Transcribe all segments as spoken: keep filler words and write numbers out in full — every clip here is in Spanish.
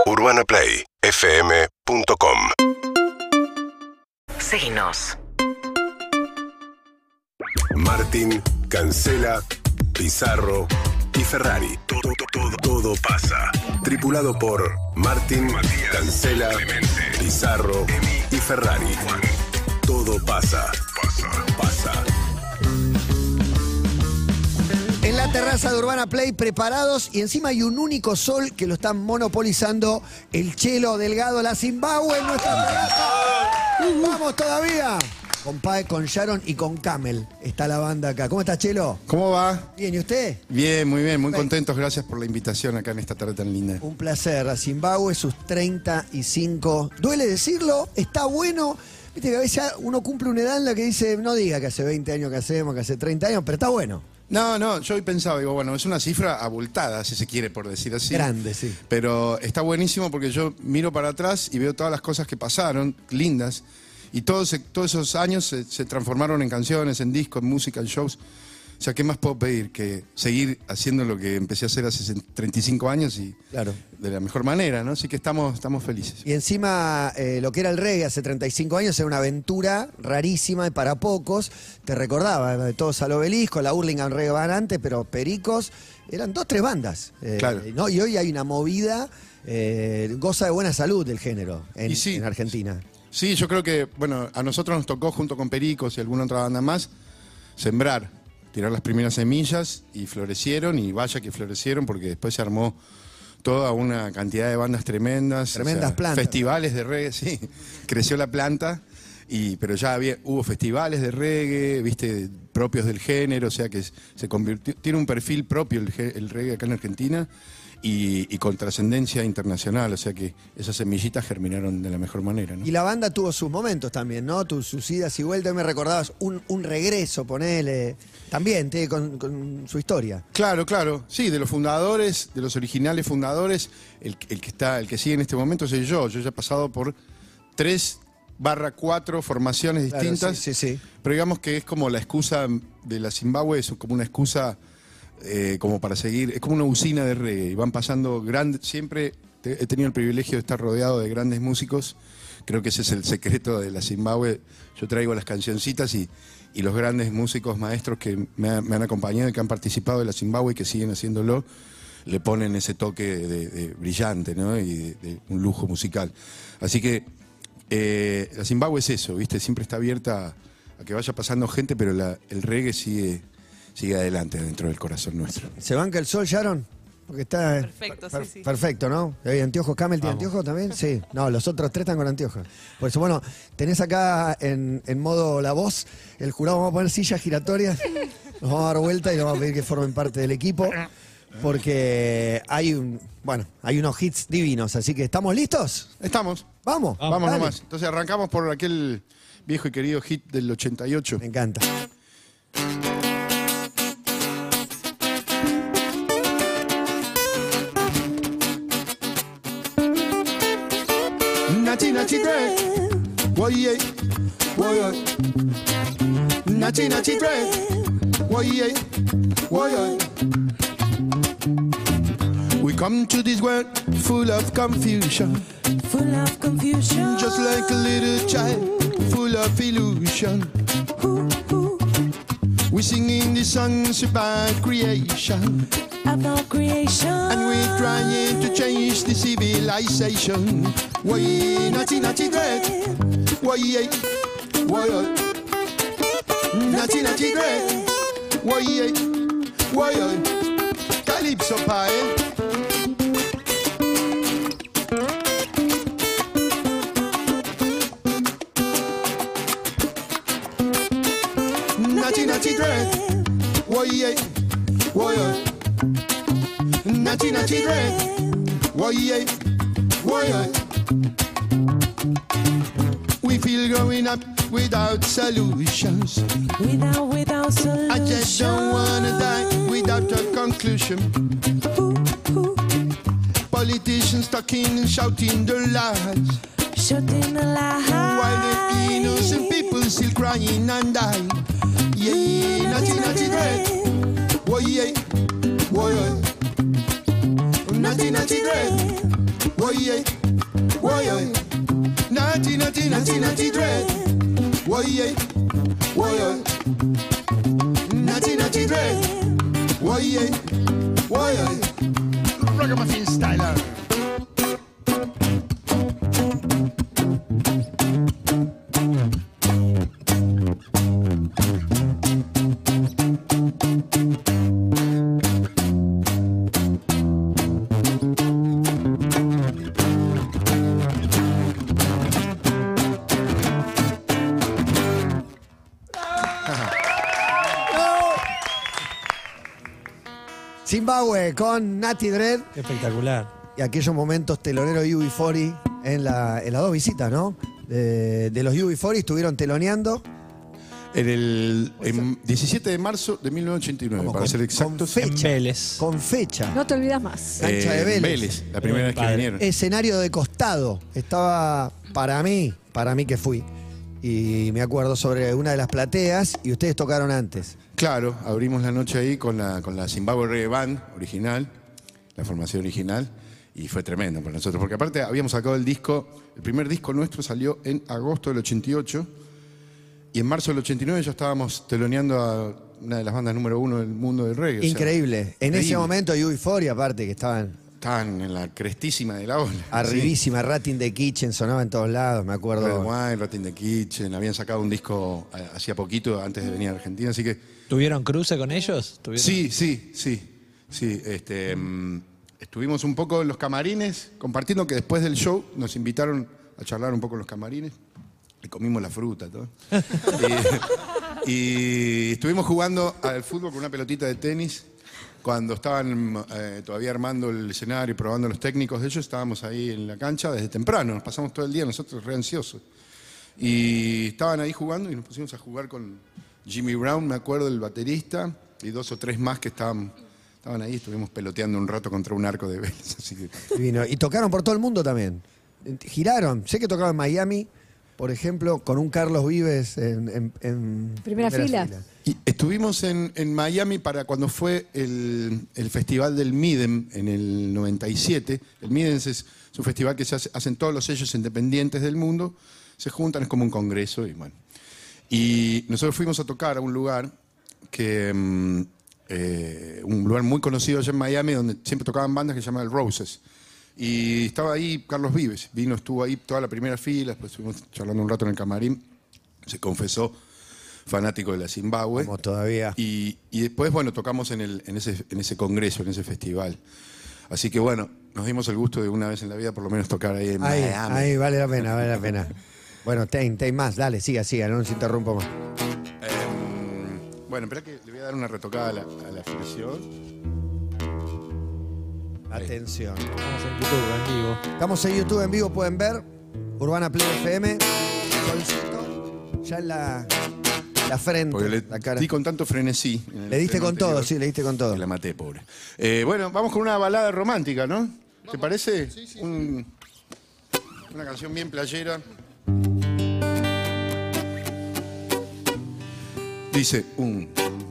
urbana play f m punto com. Seguinos. Martín, Cancela, Pizarro y Ferrari. Todo, todo, todo, todo pasa. Tripulado por Martín, Matías, Cancela, Clemente, Pizarro y Ferrari. Juan. Todo pasa. Pasa, pasa. En la terraza de Urbana Play, preparados, y encima hay un único sol que lo están monopolizando, el Chelo Delgado, la Zimbabue en nuestra terraza. ¡Vamos todavía! Con Pae, con Sharon y con Camel está la banda acá. ¿Cómo está, Chelo? ¿Cómo va? Bien, ¿y usted? Bien, muy bien, muy Bien. Contentos. Gracias por la invitación acá en esta tarde tan linda. Un placer. A Zimbabue, sus treinta y cinco. Duele decirlo, está bueno. Viste que a veces uno cumple una edad en la que dice, no diga que hace veinte años que hacemos, que hace treinta años, pero está bueno. No, no, yo hoy pensaba, digo, bueno, es una cifra abultada, si se quiere, por decir así. Grande, sí. Pero está buenísimo porque yo miro para atrás y veo todas las cosas que pasaron, lindas, y todos, todos esos años se, se transformaron en canciones, en discos, en música, en shows. O sea, ¿qué más puedo pedir que seguir haciendo lo que empecé a hacer hace treinta y cinco años y Claro. de la mejor manera, ¿no? Así que estamos, estamos felices. Y encima, eh, lo que era el reggae hace treinta y cinco años era una aventura rarísima y para pocos. Te recordaba, de todos al Obelisco, la Hurlingham Reggae Band antes, pero Pericos, eran dos, tres bandas. Eh, Claro. ¿no? Y hoy hay una movida, eh, goza de buena salud del género en, Y sí. en Argentina. Sí, yo creo que, bueno, a nosotros nos tocó, junto con Pericos y alguna otra banda más, sembrar, tirar las primeras semillas y florecieron, y vaya que florecieron, porque después se armó toda una cantidad de bandas tremendas. Tremendas plantas. Festivales de reggae, sí, creció la planta, y, pero ya había, hubo festivales de reggae, viste, propios del género, o sea que se convirtió, tiene un perfil propio el, el reggae acá en Argentina, y, y con trascendencia internacional, o sea que esas semillitas germinaron de la mejor manera, ¿no? Y la banda tuvo sus momentos también, ¿no? Tus, sus idas y vueltas. Me recordabas un, un regreso, ponele. También, te, con, con su historia. Claro, claro. Sí, de los fundadores, de los originales fundadores, el, el que está, el que sigue en este momento soy yo. Yo ya he pasado por tres barra cuatro formaciones Claro, distintas. sí, sí, sí. Pero digamos que es como la excusa de la Zimbabue, es como una excusa eh, como para seguir, es como una usina de reggae. Y van pasando grandes, siempre te, he tenido el privilegio de estar rodeado de grandes músicos. Creo que ese es el secreto de la Zimbabue. Yo traigo las cancioncitas y, y los grandes músicos maestros que me, ha, me han acompañado y que han participado de la Zimbabue y que siguen haciéndolo, le ponen ese toque de, de brillante, ¿no? Y de, de un lujo musical. Así que eh, la Zimbabue es eso, ¿viste? Siempre está abierta a, a que vaya pasando gente, pero la, el reggae sigue, sigue adelante dentro del corazón nuestro. ¿Se banca el sol, Sharon? Porque está... Perfecto, per- sí, sí. Perfecto, ¿no? ¿Hay anteojos? ¿Camel tiene anteojos también? Sí. No, los otros tres están con anteojos. Por eso, bueno, tenés acá en, en modo la voz, el jurado, vamos a poner sillas giratorias, nos vamos a dar vuelta y le vamos a pedir que formen parte del equipo, porque hay un, bueno, hay unos hits divinos, así que ¿estamos listos? Estamos. Vamos. Vamos dale. nomás. Entonces arrancamos por aquel viejo y querido hit del ochenta y ocho. Me encanta. Nachi Nachi Dre, woye, woye. Nachi Nachi Dre, woye, woye. We come to this world full of confusion, Full of confusion. just like a little child, full of illusion. Ooh, ooh, We singing these songs about creation, about creation. and we're trying to change the civilization. Woye, Nachi Nachi Dre, woye, woye. Nachi Nachi Dre, woye, woye. Calypso pie. Nachi Nachi Dre, woye, woye. Nachi Nachi Dre, woye, woye. We feel growing up without solutions. Without, without solution. I just don't wanna die without a conclusion. Ooh, ooh, Politicians talking and shouting their lies, shutting a lie. while the innocent people still crying and dying. Yeah, Nachi Nachi Dre, woye, woye. Nachi Nachi Dre, Woye, woye, Natty, natty, natty, natty dread. Woye, woye, natty, natty dread. Woye, woye, ragamuffin styler. Zimbabue con Natty Dread Espectacular. y aquellos momentos teloneros U B cuarenta en, la, en las dos visitas, ¿no? De, de los U B cuarenta estuvieron teloneando. En el en diecisiete de marzo de mil novecientos ochenta y nueve, Como para con- ser con exactos. fe- En Fecha. Vélez. Con fecha. No te olvidas más. Cancha de en Vélez. Vélez, la primera vez que Padre. vinieron. Escenario de costado. Estaba para mí, para mí que fui. Y me acuerdo sobre una de las plateas y ustedes tocaron antes. Claro, abrimos la noche ahí con la, con la Zimbabwe Reggae Band original, la formación original, y fue tremendo para nosotros, porque aparte habíamos sacado el disco, el primer disco nuestro salió en agosto del ochenta y ocho, y en marzo del ochenta y nueve ya estábamos teloneando a una de las bandas número uno del mundo del reggae. o sea, Increíble. En ese increíble. momento U B cuarenta, aparte, que estaban Estaban en la crestísima de la ola. arribísima, Rat in the Kitchen, sonaba en todos lados, me Red acuerdo. Wine, Rat in the Kitchen, habían sacado un disco eh, hacía poquito antes de venir a Argentina, así que ¿Tuvieron cruce con ellos? ¿Tuvieron? sí, sí, sí, sí. Este, mm, estuvimos un poco en los camarines, compartiendo que después del show nos invitaron a charlar un poco en los camarines. Y comimos la fruta, todo. y, y estuvimos jugando al fútbol con una pelotita de tenis. Cuando estaban eh, todavía armando el escenario y probando los técnicos de ellos, estábamos ahí en la cancha desde temprano. Nos pasamos todo el día nosotros re ansiosos. Y estaban ahí jugando y nos pusimos a jugar con Jimmy Brown, me acuerdo, el baterista, y dos o tres más que estaban, estaban ahí. Estuvimos peloteando un rato contra un arco de Vélez. Así que Divino. Y tocaron por todo el mundo también. Giraron. Sé que tocaron en Miami, por ejemplo, con un Carlos Vives en, en- en Primera fila. Y estuvimos en, en Miami para cuando fue el, el festival del Midem en el noventa y siete. El Midem es, es un festival que se hace, hacen todos los sellos independientes del mundo, se juntan, es como un congreso y bueno. Y nosotros fuimos a tocar a un lugar que mm, eh, un lugar muy conocido allá en Miami donde siempre tocaban bandas que se llama el Roses. Y estaba ahí Carlos Vives, vino, estuvo ahí toda la primera fila, después estuvimos charlando un rato en el camarín, se confesó fanático de la Zimbabue. Como todavía. Y, y después, bueno, tocamos en, el, en, ese, en ese congreso, en ese festival. Así que bueno, nos dimos el gusto de una vez en la vida por lo menos tocar ahí en Ahí, Miami. ahí, vale la pena, vale la pena. Bueno, ten, ten más, dale, siga, siga, no nos interrumpo más. Em, bueno, espera que le voy a dar una retocada a la, a la afinación. Atención. Estamos en YouTube, en vivo. Estamos en YouTube en vivo, pueden ver. Urbana Play F M. Solcito, ya en la, la frente, Porque le la cara. di con tanto frenesí. en el Le diste estreno con todo, anterior, sí, le diste con todo. que la maté, pobre. Eh, bueno, vamos con una balada romántica, ¿no? ¿Te parece? Un- una canción bien playera. Dice un...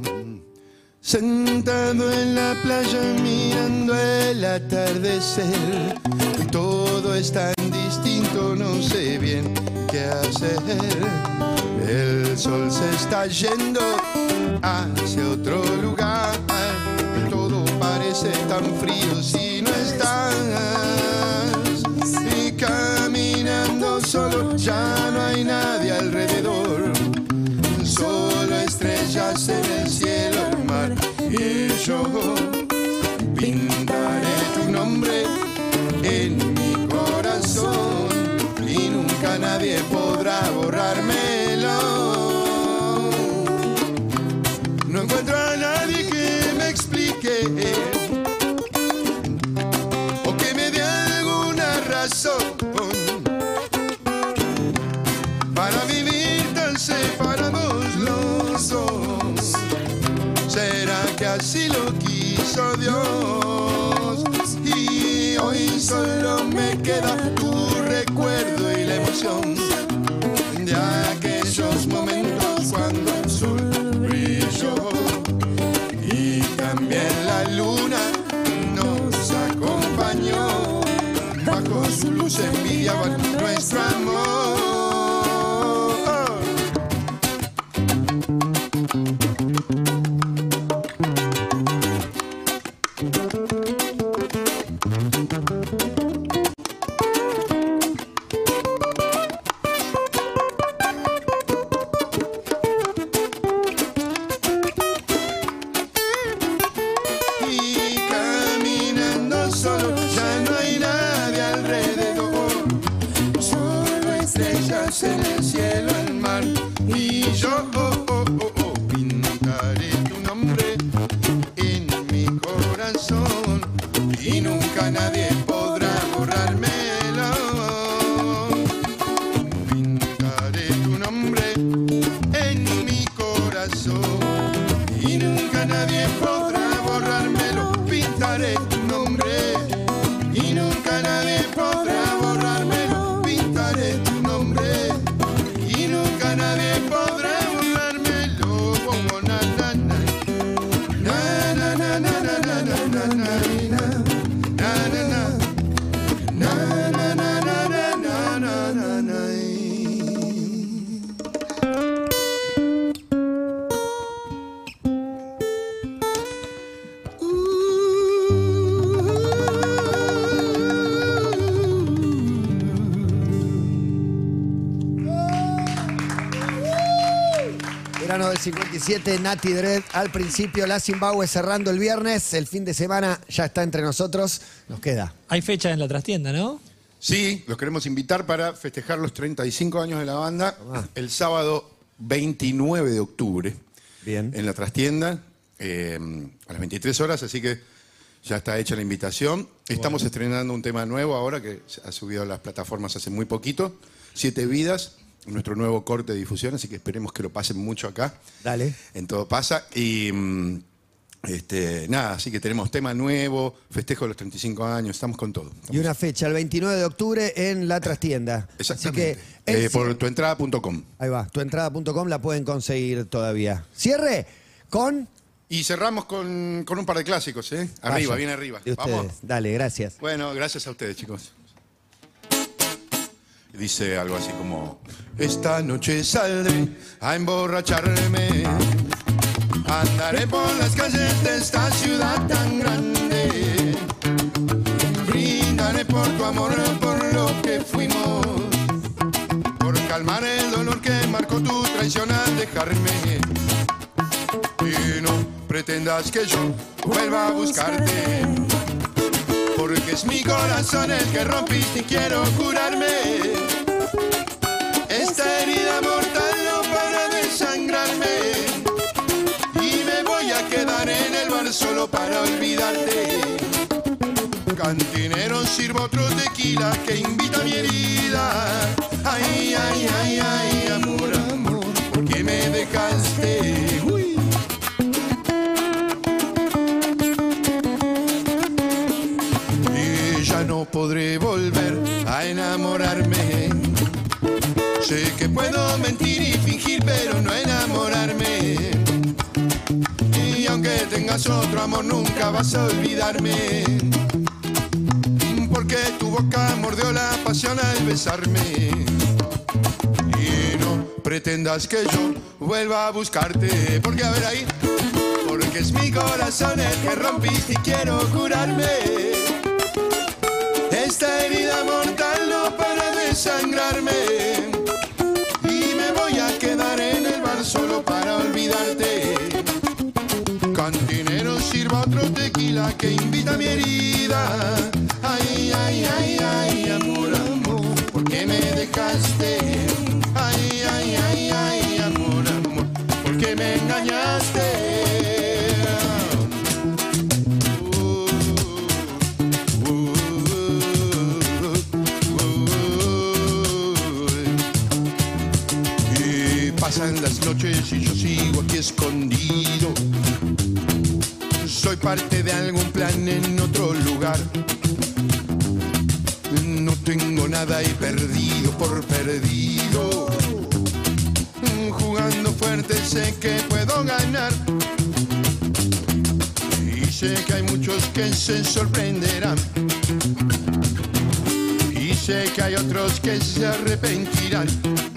Sentado en la playa mirando el atardecer, todo es tan distinto, no sé bien qué hacer. El sol se está yendo hacia otro lugar, todo parece tan frío si no estás. Y caminando solo ya no hay nadie alrededor, solo estrellas en el cielo, el mar y yo. Pintaré tu nombre en mi corazón y nunca nadie podrá borrármelo. No encuentro a nadie que me explique o que me dé alguna razón para vivir tan separados los dos. ¿Será que así lo quiso Dios? Y hoy solo me queda tu recuerdo y la emoción de aquellos momentos cuando el sol brilló y también la luna nos acompañó bajo Luz envidiaban nuestro amor. Y caminando solo, ya no hay nadie alrededor. Solo estrellas en el cielo, el mar. Y yo oh, oh, oh, oh, pintaré tu nombre en mi corazón. Y nunca nadie podrá borrármelo. Pintaré tu nombre en mi corazón. Y nunca nadie podrá borrármelo. Pintaré tu nombre y nunca nadie podrá borrármelo. Pintaré tu nombre y nunca nadie podrá borrármelo. Oh, na, na, na. Na, na, na, na, na, na, na, na, na, na. Na, na, na. Na, na, na, na, na, na, na, na, na. Verano del cincuenta y siete, Nati Dread al principio, la Zimbabue cerrando el viernes. El fin de semana ya está entre nosotros. Nos queda. Hay fechas en la trastienda, ¿no? Sí, los queremos invitar para festejar los treinta y cinco años de la banda Ah. el sábado veintinueve de octubre. Bien. En la trastienda, eh, a las veintitrés horas, así que ya está hecha la invitación. Estamos estrenando un tema nuevo ahora que ha subido a las plataformas hace muy poquito, Siete Vidas, nuestro nuevo corte de difusión, así que esperemos que lo pasen mucho acá. Dale. En Todo Pasa. Y mm, este, nada, así que tenemos tema nuevo, festejo de los treinta y cinco años, estamos con todo. Y una fecha, el veintinueve de octubre en la trastienda. Así Exactamente. que el Eh, por cierre- tuentrada punto com. Ahí va, tuentrada punto com la pueden conseguir todavía. Cierre con... Y cerramos con, con un par de clásicos, ¿eh? Arriba, Vaya, bien arriba. de ustedes. Vamos. Dale, gracias. Bueno, gracias a ustedes, chicos. Dice algo así como: esta noche saldré a emborracharme, andaré por las calles de esta ciudad tan grande, brindaré por tu amor, por lo que fuimos, por calmar el dolor que marcó tu traición al dejarme. Y no pretendas que yo vuelva a buscarte, porque es mi corazón el que rompiste y quiero curarme. Esta herida mortal no para de sangrarme, y me voy a quedar en el bar solo para olvidarte. Cantinero, sirvo otro tequila que invita a mi herida. Ay, ay, ay, ay, amor, amor, ¿por qué me dejaste? Uy. Y ya no podré volver a enamorarme. Sé que puedo mentir y fingir, pero no enamorarme. Y aunque tengas otro amor, nunca vas a olvidarme, porque tu boca mordió la pasión al besarme. Y no pretendas que yo vuelva a buscarte, porque a ver ahí, porque es mi corazón el que rompiste y quiero curarme. Esta herida mortal no para de sangrarme, y me voy a quedar en el bar solo para olvidarte. Cantinero, sirva otro tequila que invita a mi herida. Ay, ay, ay, ay, amor, amor, ¿por qué me dejaste? Ay, ay, ay, ay, amor, amor, ¿por qué me engañaste? Uh, uh, uh, y pasan las noches y yo sigo aquí escondido. Soy parte de algún plan en otro lugar. No tengo nada y perdido por perdido. Jugando fuerte sé que puedo ganar. Y sé que hay muchos que se sorprenderán. Y sé que hay otros que se arrepentirán,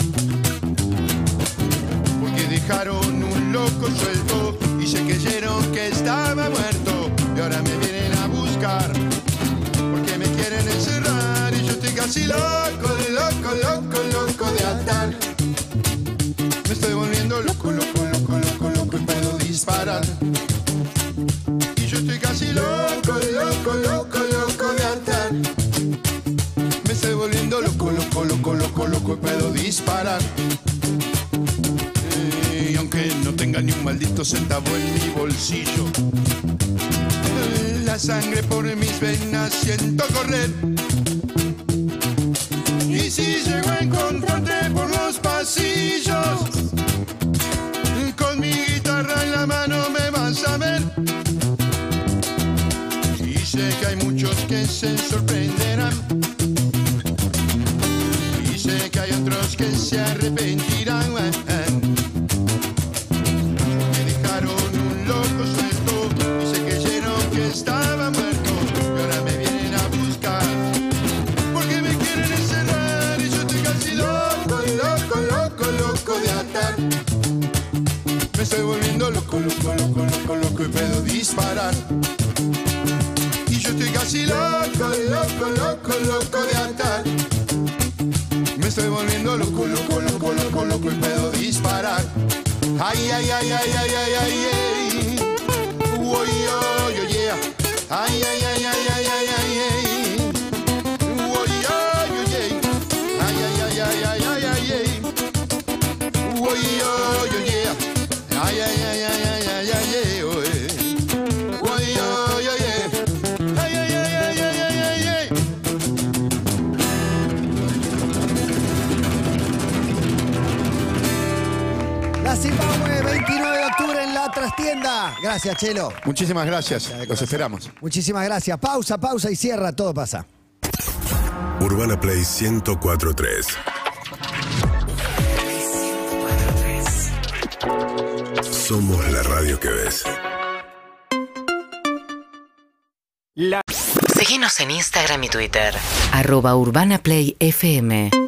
porque dejaron un loco suelto y se creyeron que estaba muerto. Y ahora me vienen a buscar porque me quieren encerrar. Y yo estoy casi loco, loco, loco, loco de atar. Me estoy volviendo loco, loco, loco, loco, loco y puedo disparar. Y yo estoy casi loco, loco, loco, loco de atar. Me estoy volviendo loco, loco, loco, loco, loco y puedo disparar. Eh, y aunque no tenga ni un maldito centavo en mi bolsillo, eh, la sangre por mis venas siento correr. Y si llego a encontrarte por los pasillos, con mi guitarra en la mano me vas a ver. Y sé que hay muchos que se sorprenderán, y sé que hay otros que se arrepentirán, que dejaron un loco suelto y se creyeron que estaba muerto. Y ahora me vienen a buscar porque me quieren encerrar. Y yo estoy casi loco, loco, loco, loco de atar. Me estoy volviendo loco, loco, loco, loco, loco y puedo disparar. Y yo estoy casi loco, loco, loco, loco de atar. Me estoy volviendo loco, loco, loco, loco, loco y puedo disparar. Ay, ay, ay, ay, ay, ay, ay, ay. Oh, yo, yo, yeah. Ay, ay, ay, ay, ay, ay, ay, ay. Oh, yo, yo, yeah. Ay, ay, ay, ay, ay, ay, ay, ay. Oh, yo, yo, yeah. Ay, ay, ay, ay, ay, ay, ay, ay, oh, eh. Oh, yo, yo, yeah. Ay, ay, ay, ay, ay, ay, ay, ay. La Zimbabue, veintinueve de octubre en la trastienda. Gracias, Chelo. Muchísimas gracias, los esperamos. Muchísimas gracias. Pausa, pausa y cierra. Todo pasa. Urbana Play ciento cuatro punto tres. Somos la radio que ves. Síguenos en Instagram y Twitter. Arroba Urbana Play F M.